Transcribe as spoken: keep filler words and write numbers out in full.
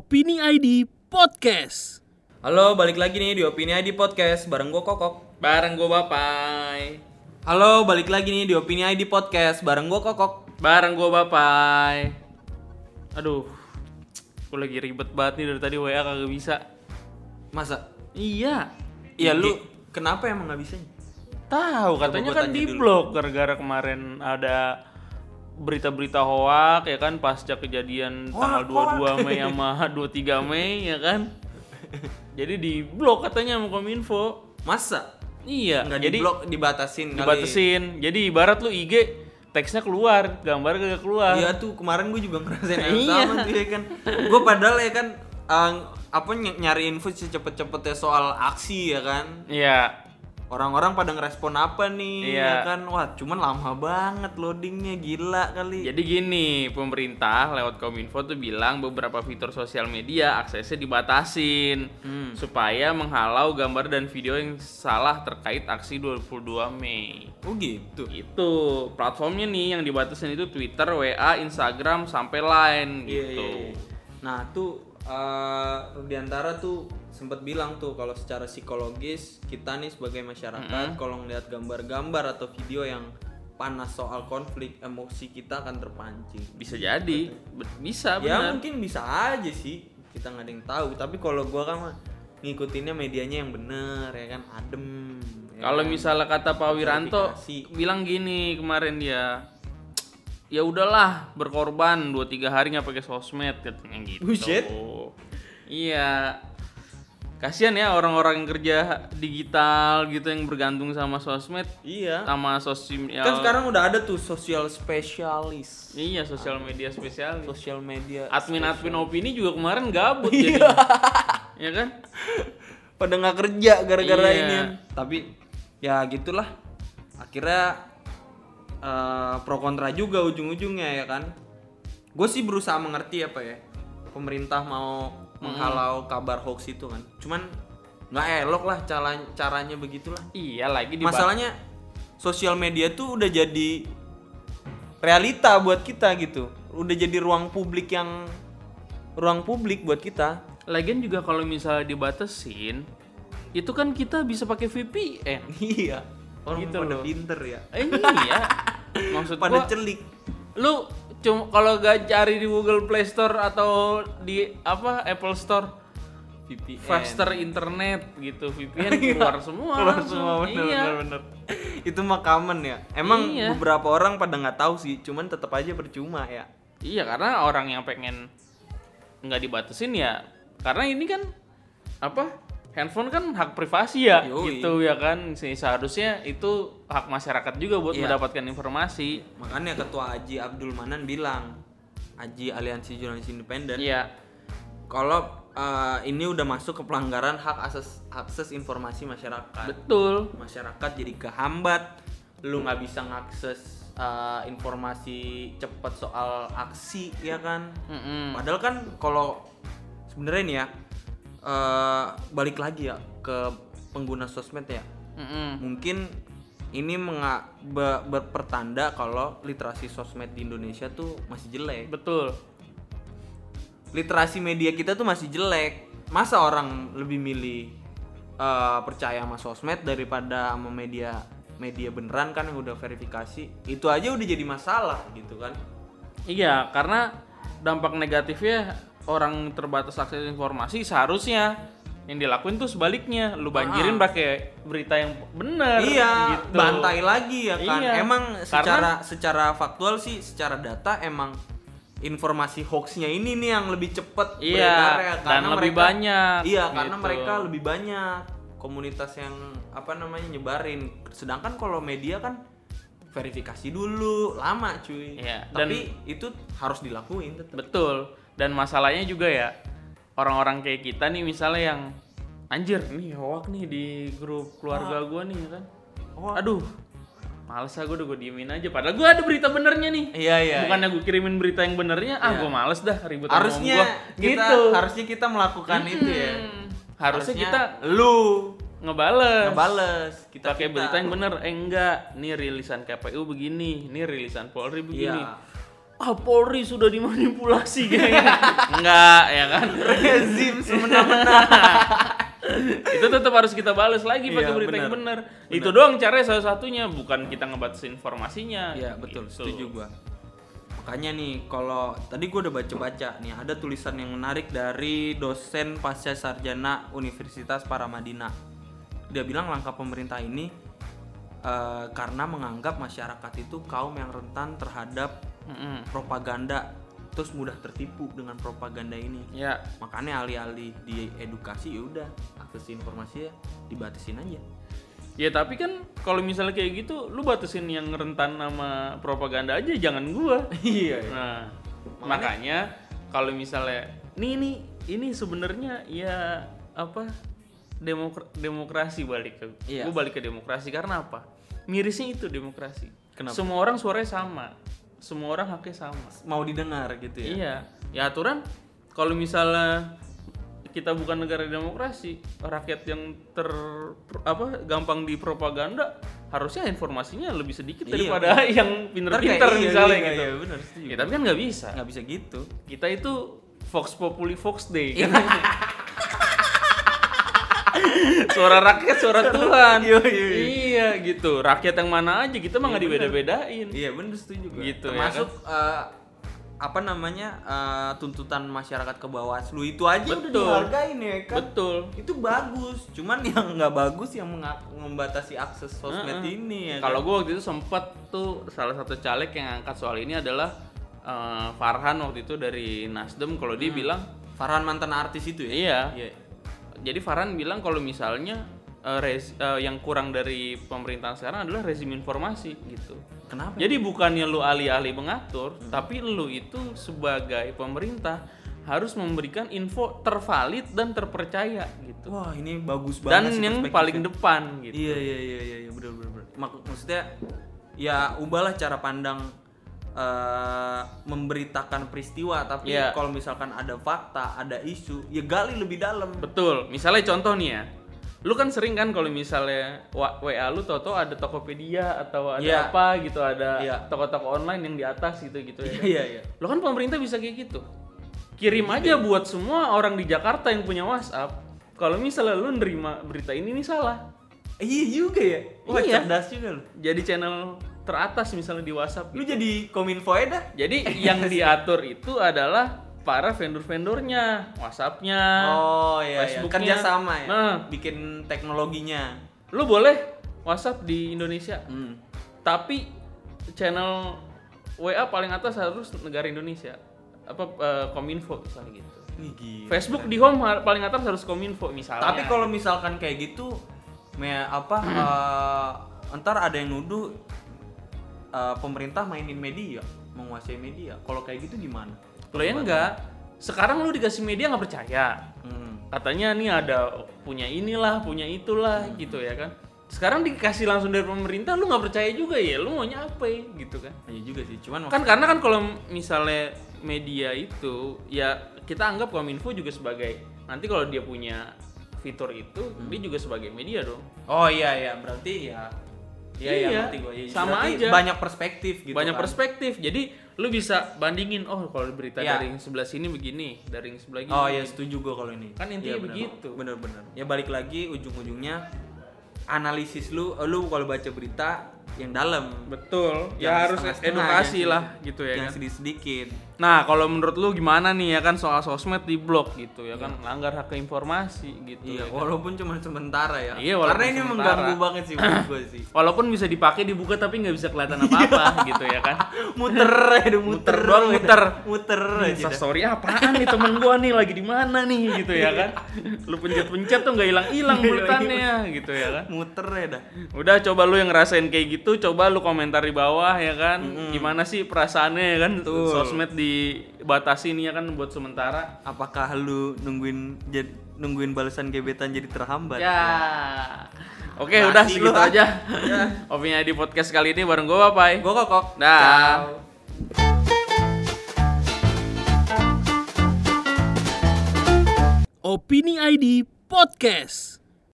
Opini I D Podcast. Halo, balik lagi nih di Opini I D Podcast bareng gue Kokok. Bareng gue Bapai. Halo, balik lagi nih di Opini I D Podcast bareng gue Kokok. Bareng gue Bapai. Aduh, gue lagi ribet banget nih dari tadi W A kagak bisa. Masa? Iya. Iya lu kenapa emang nggak bisa? Tahu katanya gua kan tanya di dulu. blok gara-gara kemarin ada berita-berita hoak ya kan pasca kejadian Hoak, tanggal dua puluh dua hoak. Mei sama dua puluh tiga Mei ya kan. Jadi di blok katanya sama Kominfo. Masa? Iya, Nggak jadi di blok, dibatasin kali. dibatasin. Jadi ibarat lu I G teksnya keluar, gambar kagak keluar. Iya tuh kemarin gue juga ngerasain yang Iya. sama tuh ya kan. Gue padahal ya kan eh, apa ny- nyari info secepet-cepetnya soal aksi ya kan. Iya. Orang-orang pada ngerespon apa nih Iya. ya kan. Wah cuman lama banget loadingnya, gila kali. Jadi gini, pemerintah lewat Kominfo tuh bilang beberapa fitur sosial media aksesnya dibatasin Hmm. supaya menghalau gambar dan video yang salah terkait aksi dua puluh dua Mei. Oh gitu. Itu platformnya nih yang dibatasin itu Twitter, W A, Instagram sampai Line Iya, gitu. iya, iya. Nah tuh uh, Rudiantara tuh sempat bilang tuh kalau secara psikologis kita nih sebagai masyarakat Mm-hmm. kalau ngeliat gambar-gambar atau video yang panas soal konflik, emosi kita akan terpancing. Bisa jadi, Be- bisa Ya benar. mungkin bisa aja sih, kita nggak ada yang tahu. Tapi kalau gua kan mah ngikutinnya medianya yang bener ya kan, adem. ya Kalau kan? misalnya kata Pak Wiranto Verifikasi. bilang gini kemarin dia, ya udahlah berkorban dua tiga hari nggak pakai sosmed katanya gitu. Buset. Iya. Kasihan ya orang-orang yang kerja digital gitu yang bergantung sama sosmed, Iya. sama sosial. Kan sekarang udah ada tuh sosial spesialis, Iya, sosial media spesial. sosial media. Admin-admin opini juga kemarin gabut Iya. jadi. Ya kan? Pada nggak kerja gara-gara Iya. ini. Tapi ya gitulah. Akhirnya eh, pro kontra juga ujung-ujungnya ya kan. Gue sih berusaha mengerti apa ya. Pemerintah mau menghalau kabar hoax itu kan. Cuman nggak elok lah cara caranya begitulah. Iya, lagi di Masalahnya sosial media tuh udah jadi realita buat kita gitu. Udah jadi ruang publik yang ruang publik buat kita. Lagian juga kalau misalnya dibatasin, itu kan kita bisa pakai V P N. Iya. Orang Gitu pada loh. pinter ya. Eh, iya. Maksud Pada gua, celik. lu cuma kalau gak cari di Google Play Store atau di apa Apple Store, V P N. faster internet gitu, V P N keluar semua. Keluar langsung. semua bener, Iya. bener, bener. Itu mah common ya. Emang Iya. beberapa orang pada nggak tahu sih, cuman tetap aja percuma ya. Iya, karena orang yang pengen nggak dibatasin ya, karena ini kan apa? Handphone kan hak privasi ya, Yoi. gitu ya kan. Se- Seharusnya itu hak masyarakat juga buat Iya. mendapatkan informasi. Makanya Ketua Aji Abdul Manan bilang, Aji Aliansi Jurnalis Independen, Iya. kalau uh, ini udah masuk ke pelanggaran hak akses akses informasi masyarakat. Betul. Masyarakat jadi kehambat, lu nggak bisa ngakses uh, informasi cepat soal aksi ya kan. Mm-mm. Padahal kan kalau sebenarnya nih ya uh, balik lagi ya ke pengguna sosmed ya. Mm-mm. Mungkin ini menga- be- berpertanda kalau literasi sosmed di Indonesia tuh masih jelek. Betul. Literasi media kita tuh masih jelek. Masa orang lebih milih uh, percaya sama sosmed daripada sama media media beneran kan yang udah verifikasi? Itu aja udah jadi masalah gitu kan. Iya, karena dampak negatifnya orang terbatas akses informasi seharusnya yang dilakuin tuh sebaliknya, lu banjirin Ah. pakai berita yang benar. Iya, gitu. bantai lagi ya kan. Iya. Emang secara Karena- secara faktual sih, secara data emang informasi hoaxnya ini nih yang lebih cepet Iya, beredarnya, dan lebih banyak, Iya, karena gitu. mereka lebih banyak komunitas yang apa namanya nyebarin. Sedangkan kalau media kan verifikasi dulu, lama cuy. Iya, Tapi itu harus dilakuin tetap. Betul. Dan masalahnya juga ya, orang-orang kayak kita nih misalnya yang anjir nih hoak nih di grup keluarga gua nih ya kan. Hoak. Aduh, males ah gue udah gue diemin aja. Padahal gue ada berita benernya nih. Iya, iya. Bukannya gue kirimin berita yang benernya, ah Iya. gue males dah ribut sama Harusnya gua. kita Gitu. harusnya kita melakukan itu ya. Hmm. Harusnya kita lu ngebales. ngebales kita Pakai kita. berita yang bener. Eh enggak, nih rilisan K P U begini, nih rilisan Polri begini. Iya. ah Polri sudah dimanipulasi kayaknya. Enggak, ya kan? Rezim semena-mena. Itu tetap harus kita balas lagi pakai Iya, berita yang benar. benar. Itu doang caranya salah satunya, bukan kita ngebatasin informasinya. Iya betul, Gitu. setuju gua. Makanya nih, kalau tadi gua udah baca-baca nih, ada tulisan yang menarik dari dosen pasca sarjana Universitas Paramadina. Dia bilang langkah pemerintah ini eh, karena menganggap masyarakat itu kaum yang rentan terhadap Mm-mm. propaganda, terus mudah tertipu dengan propaganda ini. Ya, Makanya alih-alih di edukasi, ya udah akses informasi ya dibatasin aja. ya tapi kan kalau misalnya kayak gitu, lu batasin yang rentan sama propaganda aja, jangan gua. Iya. Nah, makanya kalau misalnya nih nih ini sebenarnya ya apa demokra- demokrasi balik ke Iya. gua balik ke demokrasi karena apa? Mirisnya itu demokrasi. Kenapa? Semua orang suaranya sama, semua orang haknya sama. Mau didengar gitu ya. Iya, ya aturan kalau misalnya kita bukan negara demokrasi, rakyat yang ter apa gampang dipropaganda, harusnya informasinya lebih sedikit Iya, daripada yang pinter-pinter Ntar kayak iya, misalnya iya, gitu. iya, bener, setuju. Ya, tapi kan nggak bisa. Nggak bisa gitu. Kita itu Vox Populi Vox Dei. Iya. Kan? Suara rakyat, suara Tuhan. Iya, iya, Iya, gitu. Rakyat yang mana aja kita mah nggak Iya, bener. dibeda-bedain. Iya bener, setuju gua. Gitu, ya Termasuk eh, apa namanya eh, tuntutan masyarakat ke Bawaslu itu aja udah Betul. dihargain ya kan. Betul. Itu bagus. Cuman yang nggak bagus yang mengak- membatasi akses sosmed Heeh. ini ya. Kalau kan? gue waktu itu sempet tuh salah satu caleg yang angkat soal ini adalah eh, Farhan waktu itu dari Nasdem. Kalau dia bilang Farhan mantan artis itu ya. iya. Iya. Jadi Farhan bilang kalau misalnya eh, res- eh, yang kurang dari pemerintahan sekarang adalah rezim informasi gitu. Kenapa? Jadi bukannya lu alih-alih mengatur, tapi lu itu sebagai pemerintah harus memberikan info tervalid dan terpercaya gitu. Wah, ini bagus banget Dan sih yang perspektifnya. paling depan gitu. Iya iya iya iya iya benar benar benar. Mak- maksudnya ya ubahlah cara pandang eh, memberitakan peristiwa, tapi Iya. kalau misalkan ada fakta, ada isu, ya gali lebih dalam. Betul. Misalnya contoh nih ya. Lu kan sering kan kalau misalnya wa- W A lu tau-tau ada Tokopedia atau ada Iya. apa gitu, ada Iya. toko-toko online yang di atas gitu-gitu ya. Iya iya iya. Lo kan pemerintah bisa kayak gitu. Kirim aja buat semua orang di Jakarta yang punya WhatsApp. Kalau misalnya lu nerima berita ini nih salah. Iya juga ya. Wah, Iya. cerdas juga lu. Jadi channel teratas misalnya di WhatsApp. Lu jadi kominfo ya dah. Jadi yang diatur itu adalah para vendor-vendornya, WhatsApp-nya. Oh iya, iya. Facebooknya. Kerja sama ya. Nah. Bikin teknologinya. Lu boleh WhatsApp di Indonesia, Hmm. tapi channel W A paling atas harus negara Indonesia. Apa eh, Kominfo misalnya gitu. Wih, gila. Facebook di home har- paling atas harus Kominfo misalnya. Tapi kalau misalkan kayak gitu, me apa eh, ntar ada yang nuduh eh, pemerintah mainin media, menguasai media. Kalau kayak gitu gimana? lo ya enggak. Sekarang lu dikasih media nggak percaya. Hmm. Katanya nih ada punya inilah, punya itulah gitu ya kan. Sekarang dikasih langsung dari pemerintah lu nggak percaya juga ya. Lu maunya apa ya? Gitu kan. Iya juga sih. Cuman Kan karena kan kalau misalnya media itu ya kita anggap Kominfo juga sebagai, nanti kalau dia punya fitur itu dia juga sebagai media dong. oh iya iya, berarti ya Iya, iya, Iya, ngerti gua. Iya, sama berarti aja. Banyak perspektif gitu. Banyak kan. perspektif. Jadi lu bisa bandingin, oh kalau berita Iya. dari yang sebelah sini begini, dari yang sebelah gini. Oh iya, begini. setuju gua kalau ini. Kan intinya Iya, benar. begitu. Bener-bener. Ya balik lagi ujung-ujungnya analisis lu, lu kalau baca berita yang dalam. Betul. Yang Ya harus setengah-setengah, edukasi jangan lah sedikit- gitu ya Yang kan. sedikit-sedikit. Nah, kalau menurut lu gimana nih ya kan soal sosmed di blok gitu ya kan, langgar hak informasi gitu. Iya, ya kan? walaupun cuma sementara ya. Iya, walaupun Karena ini sementara. mengganggu banget sih menurut gue sih. Walaupun bisa dipakai dibuka tapi nggak bisa kelihatan apa-apa gitu ya kan. Muter aja, muter doang, muter. Muter aja. Insta dah. story apaan nih temen gua nih lagi di mana nih gitu ya kan. Lu pencet-pencet tuh nggak hilang-hilang beritanya gitu ya kan. Muter ya dah. Udah coba lu yang ngerasain kayak gitu, coba lu komentar di bawah ya kan. Gimana sih perasaannya ya kan? Betul. Sosmed dibatasi nih ya kan buat sementara. Apakah lu nungguin jad, nungguin balasan gebetan jadi terhambat? Ya. Oke, Mati udah lu, segitu ah. aja. Opini di podcast kali ini bareng gua, Papai. Gua Kokok. Dah. Ciao. Opini I D Podcast.